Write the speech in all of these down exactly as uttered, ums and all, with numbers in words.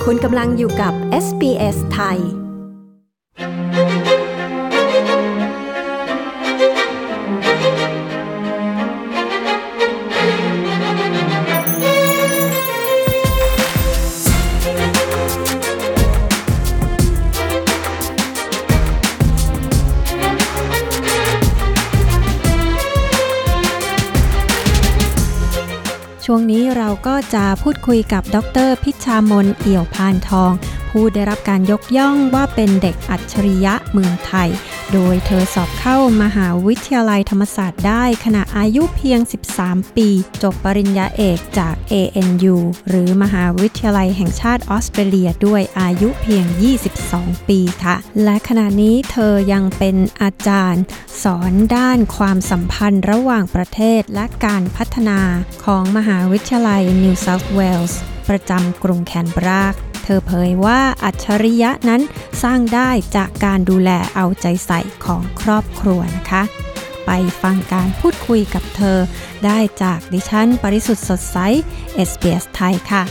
คุณกำลังอยู่กับ เอส บี เอส ไทยช่วงนี้เราก็จะพูดคุยกับดร.พิชามนเอี่ยวพานทองผู้ได้รับการยกย่องว่าเป็นเด็กอัจฉริยะเมืองไทยโดยเธอสอบเข้ามหาวิทยาลัยธรรมศาสตร์ได้ขณะอายุเพียงสิบสามปีจบปริญญาเอกจาก เอ เอ็น ยู หรือมหาวิทยาลัยแห่งชาติออสเตรเลียด้วยอายุเพียงยี่สิบสองปีค่ะและขณะนี้เธอยังเป็นอาจารย์สอนด้านความสัมพันธ์ระหว่างประเทศและการพัฒนาของมหาวิทยาลัย New South Wales ประจำกรุงแคนเบราเธอเผยว่าอัจฉริยะนั้นสร้างได้จากการดูแลเอาใจใส่ของครอบครัวนะคะไปฟังการพูดคุยกับเธอได้จากดิฉันปริสุทธิ์สดใส เอส บี เอส ไทยค่ะ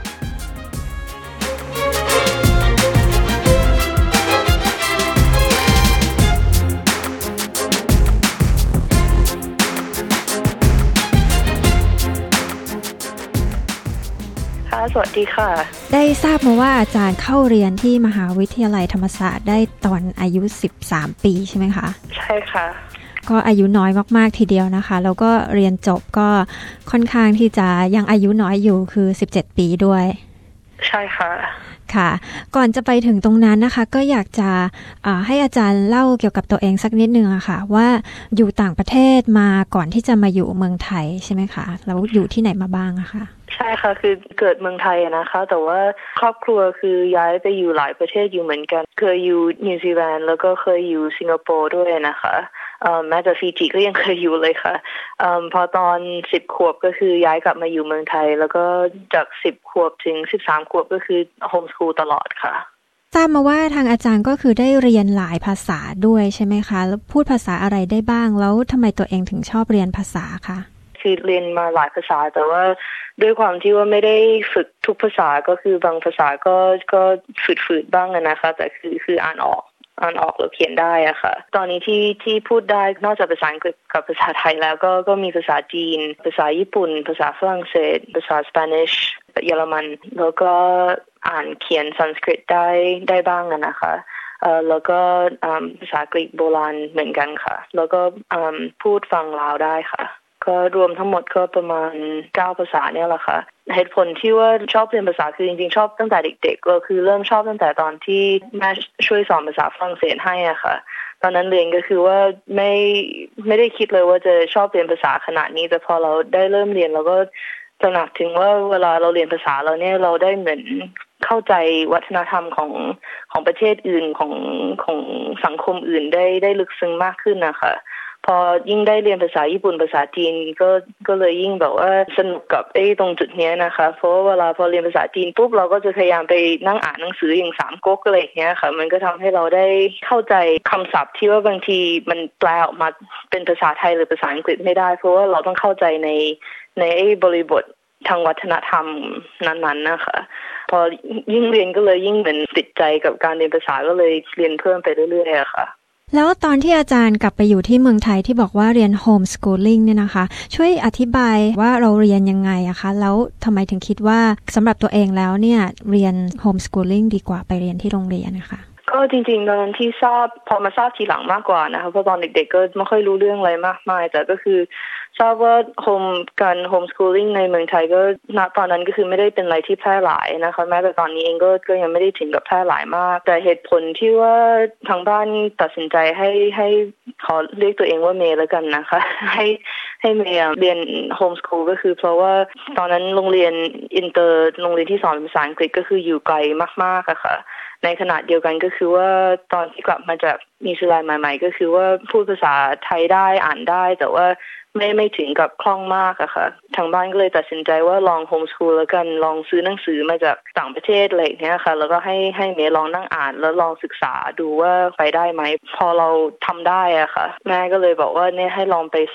สวัสดีค่ะได้ทราบมาว่าอาจารย์เข้าเรียนที่มหาวิทยาลัยธรรมศาสตร์ได้ตอนอายุสิบสามปีใช่ไหมคะใช่ค่ะก็อายุน้อยมากๆทีเดียวนะคะแล้วก็เรียนจบก็ค่อนข้างที่จะยังอายุน้อยอยู่คือสิบเจ็ดปีด้วยใช่ค่ะค่ะก่อนจะไปถึงตรงนั้นนะคะก็อยากจะให้อาจารย์เล่าเกี่ยวกับตัวเองสักนิดนึงอะค่ะว่าอยู่ต่างประเทศมาก่อนที่จะมาอยู่เมืองไทยใช่ไหมคะแล้วอยู่ที่ไหนมาบ้างอะคะใช่ค่ะคือเกิดเมืองไทยนะคะแต่ว่าครอบครัวคือย้ายไปอยู่หลายประเทศอยู่เหมือนกันเคยอยู่นิวซีแลนด์แล้วก็เคยอยู่สิงคโปร์ด้วยนะคะแม้แต่ฟิจิก็ยังเคยอยู่เลยค่ะพอตอนสิบขวบก็คือย้ายกลับมาอยู่เมืองไทยแล้วก็จากสิบขวบถึงสิบสามขวบก็คือโฮมสคูลตลอดค่ะทราบมาว่าทางอาจารย์ก็คือได้เรียนหลายภาษาด้วยใช่ไหมคะแล้วพูดภาษาอะไรได้บ้างแล้วทำไมตัวเองถึงชอบเรียนภาษาคะคือเรียนมาหลายภาษาแต่ว่าด้วยความที่ว่าไม่ได้ฝึกทุกภาษาก็คือบางภาษาก็ก็ฝืดๆบ้างนะคะแต่คือคืออ่านออกอ่านออกหรือเขียนได้อะค่ะตอนนี้ที่ที่พูดได้นอกจากภาษาอังกฤษกับภาษาไทยแล้วก็ก็มีภาษาจีนภาษาญี่ปุ่นภาษาฝรั่งเศสภาษาสเปนิชเยอรมันแล้วก็อ่านเขียนสันสกฤตได้ได้บ้างนะคะเอ่อแล้วก็ภาษากรีกโบราณเหมือนกันค่ะแล้วก็พูดฟังลาวได้ค่ะก็รวมทั้งหมดก็ประมาณเก้าภาษาเนี่ยแหละค่ะเหตุผลที่ว่าชอบเรียนภาษาคือจริงๆชอบตั้งแต่เด็กๆก็คือเริ่มชอบตั้งแต่ตอนที่แม่ช่วยสอนภาษาฝรั่งเศสให้อ่ะค่ะตอนนั้นเรียนก็คือว่าไม่ไม่ได้คิดเลยว่าจะชอบเรียนภาษาขนาดนี้แต่พอเราได้เริ่มเรียนเราก็ตระหนักถึงว่าเวลาเราเรียนภาษาเราเนี่ยเราได้เหมือนเข้าใจวัฒนธรรมของของประเทศอื่นของของสังคมอื่นได้ได้ลึกซึ้งมากขึ้นนะคะพอยิ่งได้เรียนภาษาญี่ปุ่นภาษาจีนก็ก็เลยยิ่งแบบว่าสนุกกับไอ้ตรงจุดนี้นะคะเพราะว่าเวลาพอเรียนภาษาจีนปุ๊บเราก็จะพยายามไปนั่งอ่านหนังสืออย่างสามก๊กอะไรอย่างเงี้ยค่ะมันก็ทำให้เราได้เข้าใจคำศัพท์ที่ว่าบางทีมันแปลออกมาเป็นภาษาไทยหรือภาษาอังกฤษไม่ได้เพราะว่าเราต้องเข้าใจในในไอ้บริบททางวัฒนธรรมนั้นๆนะคะพอยิ่งเรียนก็เลยยิ่งเหมือนติดใจกับการเรียนภาษาก็เลยเรียนเพิ่มไปเรื่อยๆค่ะแล้วตอนที่อาจารย์กลับไปอยู่ที่เมืองไทยที่บอกว่าเรียนโฮมสคูลลิ่งเนี่ยนะคะช่วยอธิบายว่าเราเรียนยังไงอะคะแล้วทำไมถึงคิดว่าสำหรับตัวเองแล้วเนี่ยเรียนโฮมสคูลลิ่งดีกว่าไปเรียนที่โรงเรียนนะคะก็จริงๆตอนที่ทราบพอมาทราบทีหลังมากกว่านะคะเพราะตอนเด็กๆก็ไม่ค่อยรู้เรื่องอะไรมากมายแต่ก็คือทราบว่าโฮมการโฮมสคูลลิ่งในเมืองไทยก็ณตอนนั้นก็คือไม่ได้เป็นอะไรที่แพร่หลายนะคะแม้แต่ตอนนี้เองก็ก็ยังไม่ได้ถึงกับแพร่หลายมากแต่เหตุผลที่ว่าทางบ้านตัดสินใจให้ให้ขอเรียกตัวเองว่าเมย์แล้วกันนะคะให้ให้เมย์เรียนโฮมสคูลก็คือเพราะว่าตอนนั้นโรงเรียนอินเตอร์โรงเรียนที่สอนภาษาอังกฤษก็คืออยู่ไกลมากๆอะค่ะในขณะเดียวกันก็คือว่าตอนที่กลับมาจากนิวซีแลนด์ใหม่ๆก็คือว่าพูดภาษาไทยได้อ่านได้แต่ว่าไม่ไม่ถึงกับคล่องมากอะค่ะทางบ้านก็เลยตัดสินใจว่าลองโฮมสคูลแล้วกันลองซื้อหนังสือมาจากต่างประเทศอะไรอย่างเงี้ยค่ะแล้วก็ให้ให้เมย์ลองนั่งอ่านแล้วลองศึกษาดูว่าไปได้ไหมพอเราทำได้อะค่ะแม่ก็เลยบอกว่าเนี่ยให้ลองไปสอบ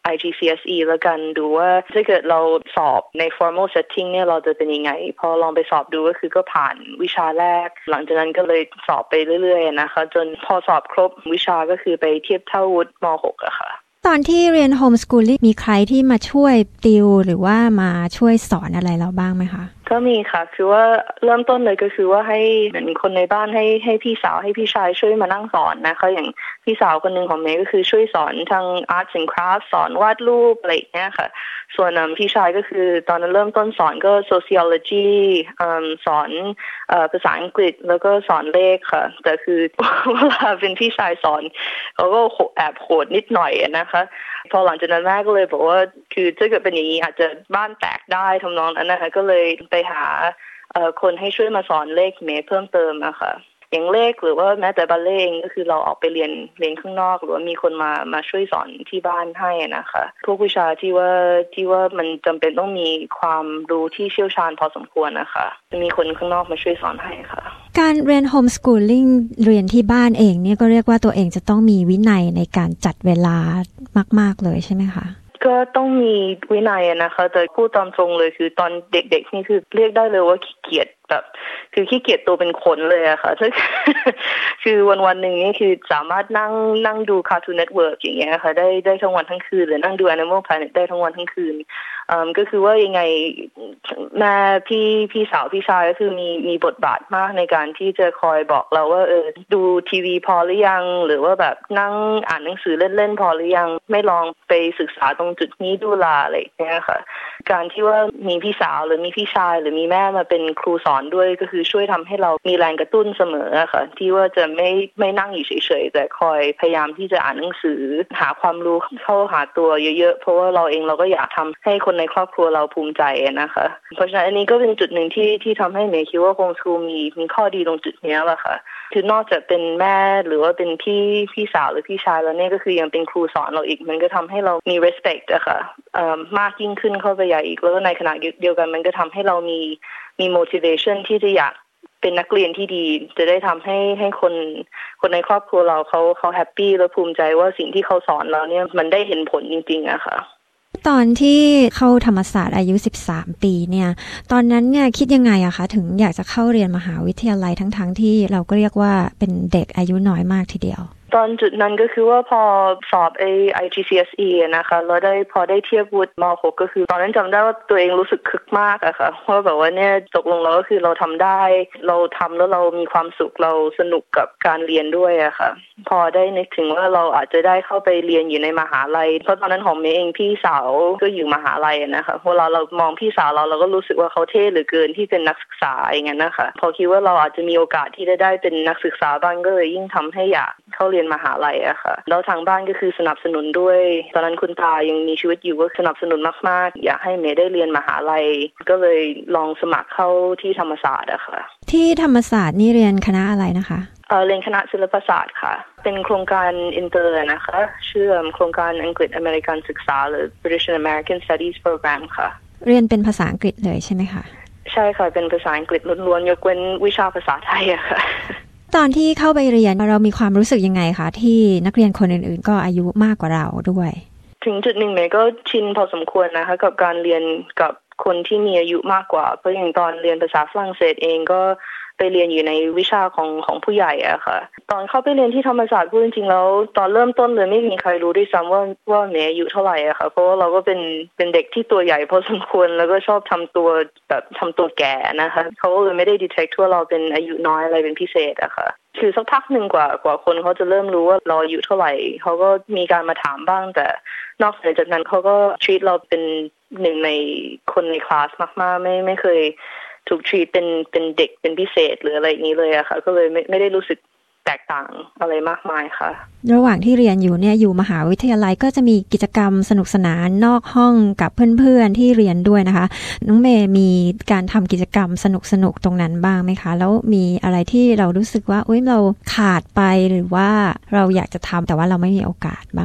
ไอ จี ซี เอส อี แล้วกันดูว่าถ้าเกิดเราสอบใน formal setting เนี่ยเราจะเป็นยังไงพอลองไปสอบดูก็คือก็ผ่านวิชาแรกหลังจากนั้นก็เลยสอบไปเรื่อยๆนะคะจนพอสอบครบวิชาก็คือไปเทียบเท่าวุฒิม หก อะค่ะตอนที่เรียนโฮมสคูลลิ่งมีใครที่มาช่วยติวหรือว่ามาช่วยสอนอะไรเราบ้างไหมคะก็มีค่ะคือว่าเริ่มต้นเลยก็คือว่าให้เหมือนคนในบ้านให้ให้พี่สาวให้พี่ชายช่วยมานั่งสอนนะคะอย่างพี่สาวคนนึงของเมย์ก็คือช่วยสอนทาง arts and crafts สอนวาดรูปอะไรอย่างเงี้ยค่ะส่วนพี่ชายก็คือตอนนั้นเริ่มต้นสอนก็ sociology สอนภาษาอังกฤษแล้วก็สอนเลขค่ะแต่คือเวลาเป็นพี่ชายสอนเขาก็แอบโหดนิดหน่อยนะคะพอหลังจากนั้นแม่ก็เลยบอกว่าคือถ้าเกิดเป็นอย่างนี้อาจจะบ้านแตกได้ทำนองนั้นนะคะก็เลยไปหาคนให้ช่วยมาสอนเลขเมย์เพิ่มเติมนะคะอย่างเลขหรือว่าแม้แต่บัลเล่ต์เองก็คือเราออกไปเรียนเรียนข้างนอกหรือว่ามีคนมามาช่วยสอนที่บ้านให้นะคะพวกวิชาที่ว่าที่ว่ามันจำเป็นต้องมีความรู้ที่เชี่ยวชาญพอสมควรนะคะจะมีคนข้างนอกมาช่วยสอนให้ค่ะการเรียนโฮมสคูลลิ่งเรียนที่บ้านเองเนี่ยก็เรียกว่าตัวเองจะต้องมีวินัยในการจัดเวลามากๆเลยใช่ไหมคะก็ต้องมีวินัยนะคะแต่พูดตามตรงเลยคือตอนเด็กๆนี่คือเรียกได้เลยว่าขี้เกียจแบบคือขี้เกียจตัวเป็นขนเลยอะค่ะคือวันๆหนึ่งนี่คือสามารถนั่งนั่งดู Cartoon Network อย่างเงี้ยค่ะได้ได้ทั้งวันทั้งคืนหรือนั่งดู Animal Planet ได้ทั้งวันทั้งคืนอืมก็คือว่ายังไงแม่พี่พี่สาวพี่ชายก็คือมีมีบทบาทมากในการที่จะคอยบอกเราว่าเออดูทีวีพอหรือยังหรือว่าแบบนั่งอ่านหนังสือเล่นๆพอหรือยังไม่ลองไปศึกษาตรงจุดนี้ดูลาอะไรอย่างเงี้ยค่ะการที่ว่ามีพี่สาวหรือมีพี่ชายหรือมีแม่มาเป็นครูสอนด้วยก็คือช่วยทำให้เรามีแรงกระตุ้นเสมอค่ะที่ว่าจะไม่ไม่นั่งอยู่เฉยๆแต่คอยพยายามที่จะอ่านหนังสือหาความรู้เข้าหาตัวเยอะๆเพราะว่าเราเองเราก็อยากทำให้คนในครอบครัวเราภูมิใจนะคะเพราะฉะนั้นอันนี้ก็เป็นจุดหนึ่งที่ที่ทำให้เมย์คิดว่าโฮมสคูลมีมีข้อดีตรงจุดนี้แหละค่ะคือนอกจากเป็นแม่หรือว่าเป็นพี่พี่สาวหรือพี่ชายแล้วเนี่ยก็คือยังเป็นครูสอนเราอีกมันก็ทำให้เรามี respect อะค่ะมากยิ่งขึ้นเข้าไปใหญ่อีกแล้วในขณะเดียวกันมันก็ทำให้เรามีมี motivation ที่จะอยากเป็นนักเรียนที่ดีจะได้ทำให้ให้คนคนในครอบครัวเราเขาเขาแฮปปี้และภูมิใจว่าสิ่งที่เขาสอนเราเนี่ยมันได้เห็นผลจริงๆอะค่ะตอนที่เข้าธรรมศาสตร์อายุสิบสามปีเนี่ยตอนนั้นเนี่ยคิดยังไงอะคะถึงอยากจะเข้าเรียนมหาวิทยาลัยทั้งๆที่เราก็เรียกว่าเป็นเด็กอายุน้อยมากทีเดียวตอนจุดนั้นก็คือว่าพอสอบ ไอ จี ซี เอส อี นะคะแล้วได้พอได้เทียบวุฒิม หกก็คือตอนนั้นจำได้ว่าตัวเองรู้สึกคึกมากอะค่ะเพราะแบบว่าเนี่ยตกลงแล้วก็คือเราทำได้เราทำแล้วเรามีความสุขเราสนุกกับการเรียนด้วยอะค่ะพอได้นึกถึงว่าเราอาจจะได้เข้าไปเรียนอยู่ในมหาลัยเพราะตอนนั้นของเมย์เองพี่สาวก็อยู่มหาลัยนะคะพอเราเรามองพี่สาวเราเราก็รู้สึกว่าเขาเท่เหลือเกินที่เป็นนักศึกษาอย่างนั้นนะคะพอคิดว่าเราอาจจะมีโอกาสที่จะได้เป็นนักศึกษาบ้างก็เลยยิ่งทำให้อยากเข้าเรียนมหาลัยอะค่ะแล้วทางบ้านก็คือสนับสนุนด้วยตอนนั้นคุณตายังมีชีวิตอยู่ก็สนับสนุนมากๆอยากให้เมย์ได้เรียนมหาลัยก็เลยลองสมัครเข้าที่ธรรมศาสตร์อะค่ะที่ธรรมศาสตร์นี่เรียนคณะอะไรนะคะเอ่อเรียนคณะศิลปศาสตร์ค่ะเป็นโครงการอินเตอร์นะคะชื่อโครงการอังกฤษอเมริกันศึกษาหรือ British and American Studies Program ค่ะเรียนเป็นภาษาอังกฤษเลยใช่ไหมคะใช่ค่ะเป็นภาษาอังกฤษล้วนๆยกเว้นวิชาภาษาไทยอะค่ะตอนที่เข้าไปเรียนเรามีความรู้สึกยังไงคะที่นักเรียนคนอื่นๆก็อายุมากกว่าเราด้วยถึงจุดหนึ่งเมย์ก็ชินพอสมควรนะคะกับการเรียนกับคนที่มีอายุมากกว่าเพราะอย่างตอนเรียนภาษาฝรั่งเศสเองก็ไปเรียนอยู่ในวิชาของของผู้ใหญ่อะค่ะตอนเข้าไปเรียนที่ธรรมศาสตร์พูดจริงๆแล้วตอนเริ่มต้นเลยไม่มีใครรู้ด้วยซ้ำว่าว่าเมย์อายุเท่าไหร่อะค่ะเพราะว่าเราก็เป็นเป็นเด็กที่ตัวใหญ่พอสมควรแล้วก็ชอบทำตัวแบบทำตัวแก่นะคะเขาก็เลยไม่ได้ detect ว่าเราเป็นอายุน้อยอะไรเป็นพิเศษอะค่ะคือสักพักหนึ่งกว่ากว่าคนเขาจะเริ่มรู้ว่าเราอายุเท่าไหร่เขาก็มีการมาถามบ้างแต่นอกจากนั้นเขาก็ treat เราเป็นหนึ่งในคนในคลาสมากๆไม่ไม่เคยถูก treat เป็นเป็นเด็กเป็นพิเศษหรืออะไรอย่างนี้เลยอะค่ะก็เลยไม่ไม่ได้รู้สึกแตกต่างอะไรมากมายค่ะระหว่างที่เรียนอยู่เนี่ยอยู่มหาวิทยาลัยก็จะมีกิจกรรมสนุกสนานนอกห้องกับเพื่อนๆที่เรียนด้วยนะคะน้องเมย์มีการทำกิจกรรมสนุกๆตรงนั้นบ้างไหมคะแล้วมีอะไรที่เรารู้สึกว่าอุ๊ยเราขาดไปหรือว่าเราอยากจะทำแต่ว่าเราไม่มีโอกาสบ้างไหมคะ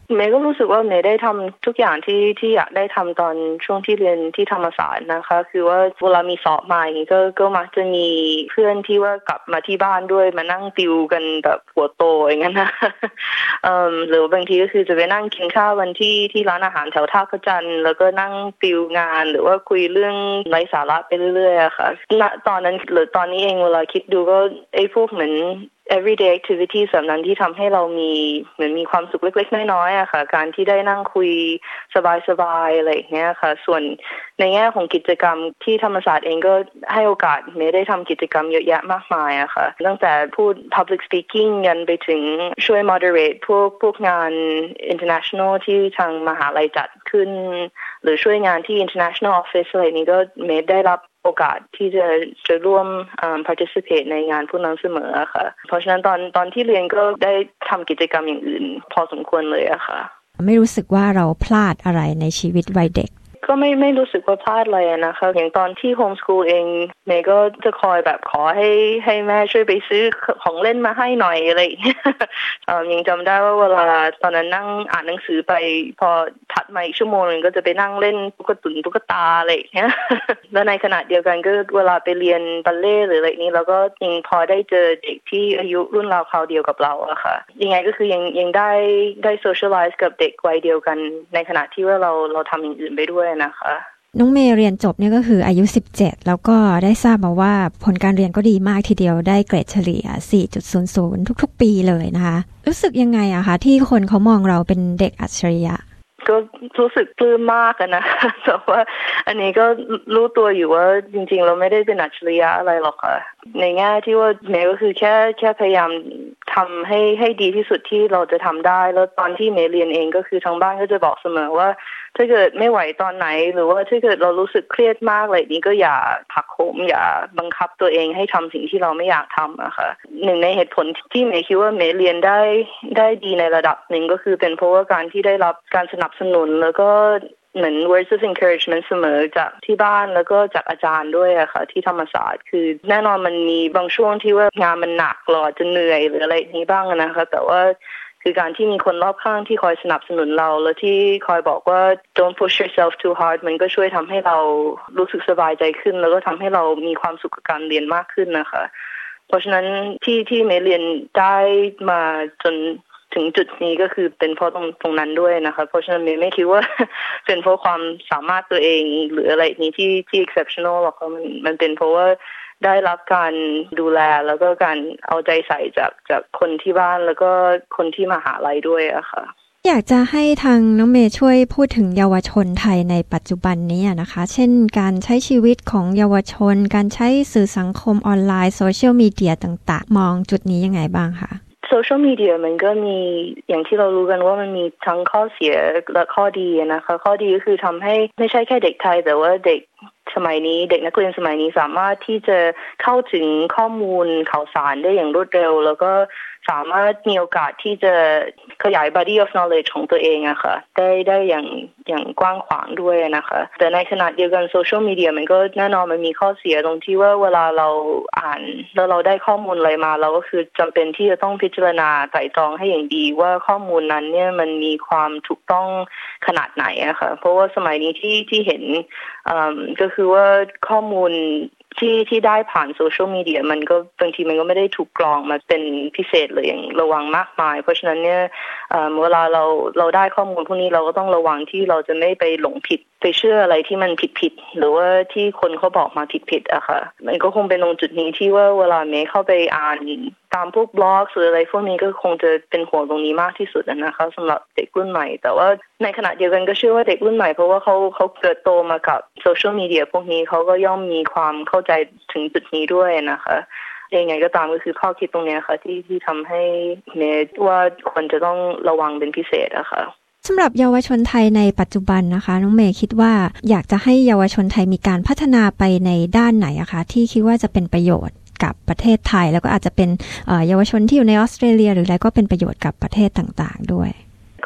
เมย์ก็รู้สึกว่าเมย์ได้ทำทุกอย่างที่ที่อยากได้ทำตอนช่วงที่เรียนที่ธรรมศาสตร์นะคะคือว่าเวลามีสอบมาอย่างนี้ก็ก็มักจะมีเพื่อนที่ว่ากลับมาที่บ้านด้วยมานั่งติวกันแบบหัวโตอย่างนั้นนะหรือบางทีก็คือจะไปนั่งกินข้าววันที่ที่ร้านอาหารแถวท่าพระจันทร์แล้วก็นั่งติวงานหรือว่าคุยเรื่องไร้สาระไปเรื่อยๆค่ะณตอนนั้นหรือตอนนี้เองเวลาคิดดูก็ไอ้พวกเหมือนeveryday activity สำนั้นที่ทำให้เรามีเหมือนมีความสุขเล็กๆน้อยๆอะค่ะการที่ได้นั่งคุยสบายๆอะไรอย่างเงี้ยค่ะส่วนในแง่ของกิจกรรมที่ธรรมศาสตร์เองก็ให้โอกาสเมย์ได้ทำกิจกรรมเยอะแยะมากมายอะค่ะตั้งแต่พูด public speaking ยันไปถึงช่วย moderate พวกพวกงาน international ที่ทางมหาลัยจัดขึ้นหรือช่วยงานที่ international office อะไรนี้ก็เมย์ได้รับโอกาสที่จะจะร่วม participate ในงานพวกนั้นเสมอค่ะเพราะฉะนั้นตอนตอนที่เรียนก็ได้ทำกิจกรรมอย่างอื่นพอสมควรเลยอะค่ะไม่รู้สึกว่าเราพลาดอะไรในชีวิตวัยเด็กก็ไม่ไม่รู้สึกว่าพลาดเลยนะคะอย่างตอนที่โฮมสคูลเองเมย์ก็จะคอยแบบขอให้ให้แม่ช่วยไปซื้อของเล่นมาให้หน่อยอะไรอย่างเงี้ยยังจำได้ว่าเวลาตอนนั้นนั่งอ่านหนังสือไปพอถัดมาอีกชั่วโมงนึงก็จะไปนั่งเล่นตุ๊กตุนตุ๊กตาอะไรอย่างเงี้ยแล้วในขณะเดียวกันก็เวลาไปเรียนบัลเล่ต์หรืออะไรนี้เราก็ยังพอได้เจอเด็กที่อายุรุ่นราวคราวเดียวกับเราอะค่ะยังไงก็คือยังยังได้ได้โซเชียลไลซ์กับเด็กวัยเดียวกันในขณะที่ว่าเราเราทำอย่างอื่นไปด้วยนะคะน้องเมย์เรียนจบเนี่ยก็คืออายุสิบเจ็ดแล้วก็ได้ทราบมาว่าผลการเรียนก็ดีมากทีเดียวได้เกรดเฉลี่ย สี่จุดศูนย์ศูนย์ ทุกๆปีเลยนะคะรู้สึกยังไงอะคะที่คนเขามองเราเป็นเด็กอัจฉริยะก็รู้สึกปลื้มมากนะแต่ว่าอันนี้ก็รู้ตัวอยู่ว่าจริงๆเราไม่ได้เป็นอัจฉริยะอะไรหรอกค่ะในแง่ที่ว่าเมย์ก็คือแค่แค่พยายามทำให้ให้ดีที่สุดที่เราจะทำได้แล้วตอนที่เมย์เรียนเองก็คือทางบ้านก็จะบอกเสมอว่าถ้าเกิดไม่ไหวตอนไหนหรือว่าถ้าเกิดเรารู้สึกเครียดมากอะไรนี้ก็อย่าผักโหมอย่าบังคับตัวเองให้ทำสิ่งที่เราไม่อยากทำอะค่ะหนึ่งในเหตุผลที่เมย์คิดว่าเมย์เรียนได้ได้ดีในระดับหนึ่งก็คือเป็นเพราะว่าการที่ได้รับการสนับสนุนแล้วก็เหมือน words of encouragement เสมอจากที่บ้านแล้วก็จากอาจารย์ด้วยอะค่ะที่ธรรมศาสตร์คือแน่นอนมันมีบางช่วงที่ว่างานมันหนักหรอจะเหนื่อยหรืออะไรนี้บ้างนะคะแต่ว่าคือการที่มีคนรอบข้างที่คอยสนับสนุนเราแล้วที่คอยบอกว่า don't push yourself too hard มันก็ช่วยทำให้เรารู้สึกสบายใจขึ้นแล้วก็ทำให้เรามีความสุขกับการเรียนมากขึ้นนะคะเพราะฉะนั้นที่ที่เมย์เรียนได้มาจนถึงจุดนี้ก็คือเป็นเพราะตรงตรงนั้นด้วยนะคะเพราะฉะนั้นเมย์ไม่คิดว่า เป็นเพราะความสามารถตัวเองหรืออะไรนี้ที่ที่ exceptional หรอกค่ะมันมันเป็นเพราะว่าได้รับการดูแลแล้วก็การเอาใจใส่จากจากคนที่บ้านแล้วก็คนที่มหาลัยด้วยอะค่ะอยากจะให้ทางน้องเมย์ช่วยพูดถึงเยาวชนไทยในปัจจุบันนี้นะคะเช่นการใช้ชีวิตของเยาวชนการใช้สื่อสังคมออนไลน์โซเชียลมีเดียต่างๆมองจุดนี้ยังไงบ้างคะโซเชียลมีเดียมันก็มีอย่างที่เรารู้กันว่ามันมีทั้งข้อเสียและข้อดีนะคะข้อดีก็คือทำให้ไม่ใช่แค่เด็กไทยแต่ว่าเด็กสมัยนี้เด็กนักเรียนสมัยนี้สามารถที่จะเข้าถึงข้อมูลข่าวสารได้อย่างรวดเร็วแล้วก็สามารถมีโอกาสที่จะขยาย body of knowledge ของตัวเองอะค่ะได้ได้อย่างอย่างกว้างขวางด้วยนะคะแต่ในขณะเดียวกันโซเชียลมีเดียมันก็แน่นอนมันมีข้อเสียตรงที่ว่าเวลาเราอ่านแล้วเราได้ข้อมูลอะไรมาเราก็คือจำเป็นที่จะต้องพิจารณาไตร่ตรองให้อย่างดีว่าข้อมูลนั้นเนี่ยมันมีความถูกต้องขนาดไหนอะค่ะเพราะว่าสมัยนี้ที่ที่เห็นก็คือว่าข้อมูลที่ที่ได้ผ่านโซเชียลมีเดียมันก็บางทีมันก็ไม่ได้ถูกกรองมาเป็นพิเศษเลยอย่างระวังมากมายเพราะฉะนั้นเนี่ยเวลาเราเราได้ข้อมูลพวกนี้เราก็ต้องระวังที่เราจะไม่ไปหลงผิดไปเชื่ออะไรที่มันผิดผิดหรือว่าที่คนเขาบอกมาผิดผิดอะค่ะมันก็คงเป็นตรงจุดนี้ที่ว่าเวลาเมย์เข้าไปอ่านตามพวกบล็อกหรืออะไรพวกนี้ก็คงจะเป็นห่วงตรงนี้มากที่สุดนะคะสำหรับเด็กรุ่นใหม่แต่ว่าในขณะเดียวกันก็เชื่อว่าเด็กรุ่นใหม่เพราะว่าเขาเขาเกิดโตมากับโซเชียลมีเดียพวกนี้เขาก็ย่อมมีความเข้าใจถึงจุดนี้ด้วยนะคะยังไงก็ตามก็คือข้อคิดตรงนี้ค่ะที่ที่ทำให้เมย์ว่าควรจะต้องระวังเป็นพิเศษอะค่ะสำหรับเยาวชนไทยในปัจจุบันนะคะน้องเมย์คิดว่าอยากจะให้เยาวชนไทยมีการพัฒนาไปในด้านไหนอะคะที่คิดว่าจะเป็นประโยชน์กับประเทศไทยแล้วก็อาจจะเป็นเยาวชนที่อยู่ในออสเตรเลียหรืออะไรก็เป็นประโยชน์กับประเทศต่างๆด้วยข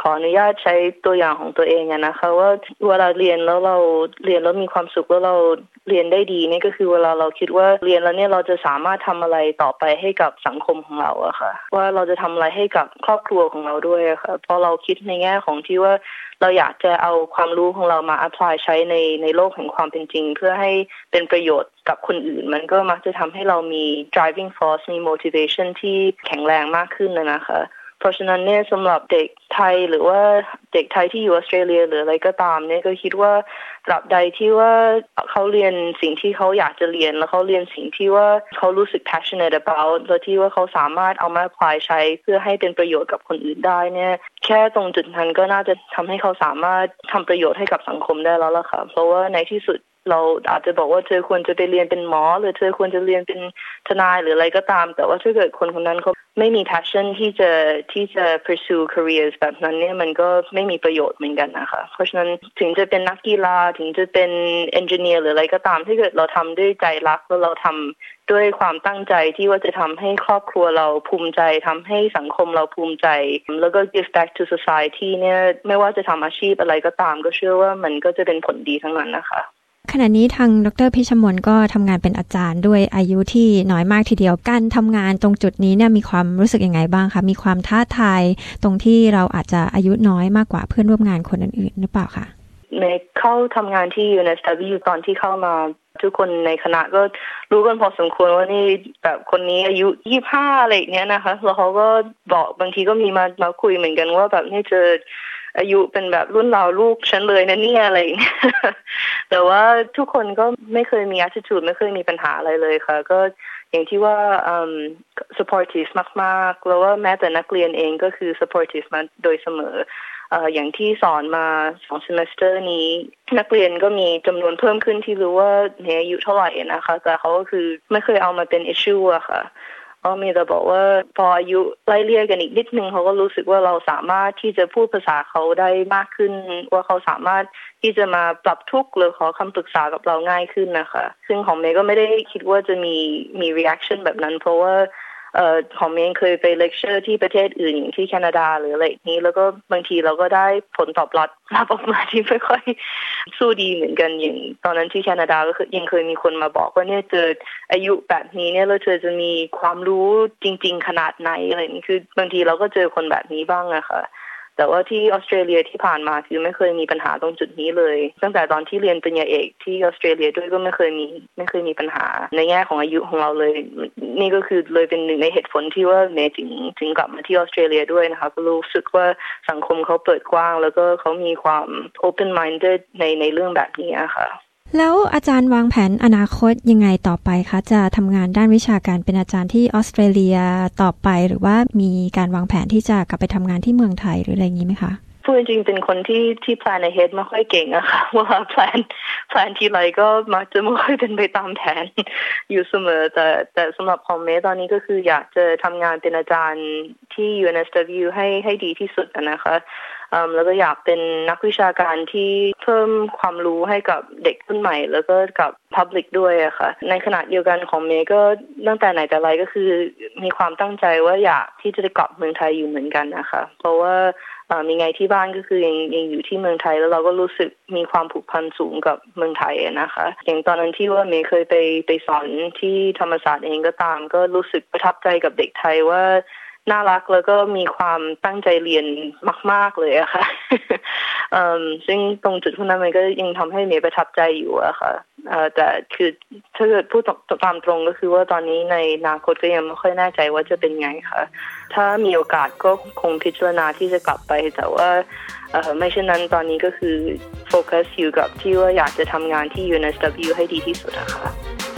ขออนุญาตใช้ตัวอย่างของตัวเองนะคะว่าเวลาเรียนแล้วเราเรียนแล้วมีความสุขแล้วเราเรียนได้ดีนี่ก็คือเวลาเราคิดว่าเรียนแล้วเนี่ยเราจะสามารถทำอะไรต่อไปให้กับสังคมของเราอะค่ะว่าเราจะทำอะไรให้กับครอบครัวของเราด้วยอะค่ะพอเราคิดในแง่ของที่ว่าเราอยากจะเอาความรู้ของเรามา apply ใช้ในในโลกแห่งความเป็นจริงเพื่อให้เป็นประโยชน์กับคนอื่นมันก็มักจะทำให้เรามี driving force มี motivation ที่แข็งแรงมากขึ้นนะคะเพราะฉะนั้นเนี่ยสำหรับเด็กไทยหรือว่าเด็กไทยที่อยู่ออสเตรเลียหรืออะไรก็ตามเนี่ยก็คิดว่าตราบใดที่ว่าเขาเรียนสิ่งที่เขาอยากจะเรียนแล้วเขาเรียนสิ่งที่ว่าเขารู้สึก passionate about แล้วที่ว่าเขาสามารถเอามา apply ใช้เพื่อให้เป็นประโยชน์กับคนอื่นได้เนี่ยแค่ตรงจุดนั้นก็น่าจะทำให้เขาสามารถทำประโยชน์ให้กับสังคมได้แล้วล่ะค่ะเพราะว่าในที่สุดเราอาจจะบอกว่าเธอควรจะไปเรียนเป็นหมอหรือเธอควรจะเรียนเป็นทนายหรืออะไรก็ตามแต่ว่าถ้าเกิดคนคนนั้นเขาไม่มี passion ที่จะที่จะ pursue careers แบบนั้นเนี่ยมันก็ไม่มีประโยชน์เหมือนกันนะคะเพราะฉะนั้นถึงจะเป็นนักกีฬาถึงจะเป็น engineer หรืออะไรก็ตามถ้าเกิดเราทำด้วยใจรักแล้วเราทำด้วยความตั้งใจที่ว่าจะทำให้ครอบครัวเราภูมิใจทำให้สังคมเราภูมิใจแล้วก็ give back to society เนี่ยไม่ว่าจะทำอาชีพอะไรก็ตามก็เชื่อว่ามันก็จะเป็นผลดีทั้งนั้นนะคะขณะนี้ทางดร.พิชมนก็ทำงานเป็นอาจารย์ด้วยอายุที่น้อยมากทีเดียวการทำงานตรงจุดนี้เนี่ยมีความรู้สึกยังไงบ้างคะมีความท้าทายตรงที่เราอาจจะอายุน้อยมากกว่าเพื่อนร่วมงานคนอื่นๆหรือเปล่าคะในเข้าทำงานที่ ยู เอ็น เอส ดับเบิลยู ตอนที่เข้ามาทุกคนในคณะก็รู้กันพอสมควรว่านี่แบบคนนี้อายุยี่สิบห้าอะไรอย่างเงี้ยนะคะแล้วเขาก็บอกบางทีก็มีมามาคุยเหมือนกันว่าแบบนี่เจออายุเป็นแบบรุ่นราวลูกฉันเลยนะเนี่ยอะไรอย่างเงี้ยแต่ว่าทุกคนก็ไม่เคยมี attitude ไม่เคยมีปัญหาอะไรเลยค่ะก็อย่างที่ว่า um, supportive มากๆแล้วว่าแม้แต่นักเรียนเองก็คือ supportive มาโดยเสมอเอ่ออย่างที่สอนมาสอง semester นี้นักเรียนก็มีจำนวนเพิ่มขึ้นที่รู้ว่าเนี่ยอายุเท่าไหร่นะคะแต่เขาก็คือไม่เคยเอามาเป็น issue อะค่ะก็มีแต่บอกว่าพออายุไล่เลี่ยกันอีกนิดนึงเขาก็รู้สึกว่าเราสามารถที่จะพูดภาษาเขาได้มากขึ้นว่าเขาสามารถที่จะมาปรับทุกข์หรือขอคำปรึกษากับเราง่ายขึ้นนะคะซึ่งของเมย์ก็ไม่ได้คิดว่าจะมีมี reaction แบบนั้นเพราะว่าเอ่อของเมย์เคยไปเลคเชอร์ที่ประเทศอื่นอย่างที่แคนาดาหรืออะไรนี้แล้วก็บางทีเราก็ได้ผลตอบรับรับออกมาที่ไม่ค่อยสู้ดีเหมือนกันอย่างตอนนั้นที่แคนาดาก็คือยังเคยมีคนมาบอกว่าเนี่ยเจออายุแบบนี้เนี่ยเราเธอจะมีความรู้จริงๆขนาดไหนอะไรนี่คือบางทีเราก็เจอคนแบบนี้บ้างอะค่ะแต่ว่าที่ออสเตรเลียที่ผ่านมาคือไม่เคยมีปัญหาตรงจุดนี้เลยตั้งแต่ตอนที่เรียนปริญญาเอกที่ออสเตรเลียด้วยก็ไม่เคยมีไม่เคยมีปัญหาในแง่ของอายุของเราเลยนี่ก็คือเลยเป็นหนึ่งในเหตุผลที่ว่าเมย์ถึงถึงกลับมาที่ออสเตรเลียด้วยนะคะก็รู้สึกว่าสังคมเขาเปิดกว้างแล้วก็เขามีความ open minded ในในเรื่องแบบนี้ค่ะแล้วอาจารย์วางแผนอนาคตยังไงต่อไปคะจะทำงานด้านวิชาการเป็นอาจารย์ที่ออสเตรเลียต่อไปหรือว่ามีการวางแผนที่จะกลับไปทำงานที่เมืองไทยหรืออะไรอย่างนี้ไหมคะพูดจริงๆเป็นคนที่ที่ plan ahead ไม่ค่อยเก่งอะค่ะว่า plan plan ทีไรก็มักจะไม่ค่อยเป็นไปตามแผนอยู่เสมอแต่แต่สำหรับของเมย์ตอนนี้ก็คืออยากจะทำงานเป็นอาจารย์ที่ ยู เอ็น เอส ดับเบิลยู ให้ให้ดีที่สุดนะคะแล้วก็อยากเป็นนักวิชาการที่เพิ่มความรู้ให้กับเด็กรุ่นใหม่แล้วก็กับ public ด้วยอะค่ะในขณะเดียวกันของเมย์ก็ตั้งแต่ไหนแต่ไรก็คือมีความตั้งใจว่าอยากที่จะได้กลับเมืองไทยอยู่เหมือนกันนะคะเพราะว่ามีไงที่บ้านก็คือยังยังอยู่ที่เมืองไทยแล้วเราก็รู้สึกมีความผูกพันสูงกับเมืองไทยนะคะอย่างตอนนั้นที่ว่าเมย์เคยไปไปสอนที่ธรรมศาสตร์เองก็ตามก็รู้สึกประทับใจกับเด็กไทยว่าน่ารักแล้วก็มีความตั้งใจเรียนมากๆเลยอะค่ะซึ่งตรงจุดพวกนั้นมันก็ยังทำให้เมย์ประทับใจอยู่อะค่ะแต่คือถ้าเกิดพูดตามตรงก็คือว่าตอนนี้ในอนาคตก็ยังไม่ค่อยแน่ใจว่าจะเป็นไงค่ะถ้ามีโอกาสก็คงพิจารณาที่จะกลับไปแต่ว่าไม่เช่นนั้นตอนนี้ก็คือโฟกัสอยู่กับที่ว่าอยากจะทำงานที่ ยู เอ็น เอส ดับเบิลยู ให้ดีที่สุดอะค่ะ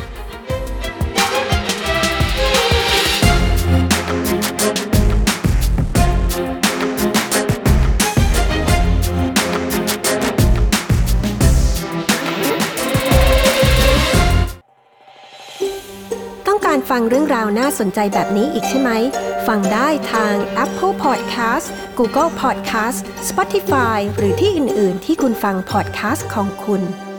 การฟังเรื่องราวน่าสนใจแบบนี้อีกใช่ไหมฟังได้ทาง Apple Podcast Google Podcast Spotify หรือที่อื่นๆที่คุณฟัง podcast ของคุณ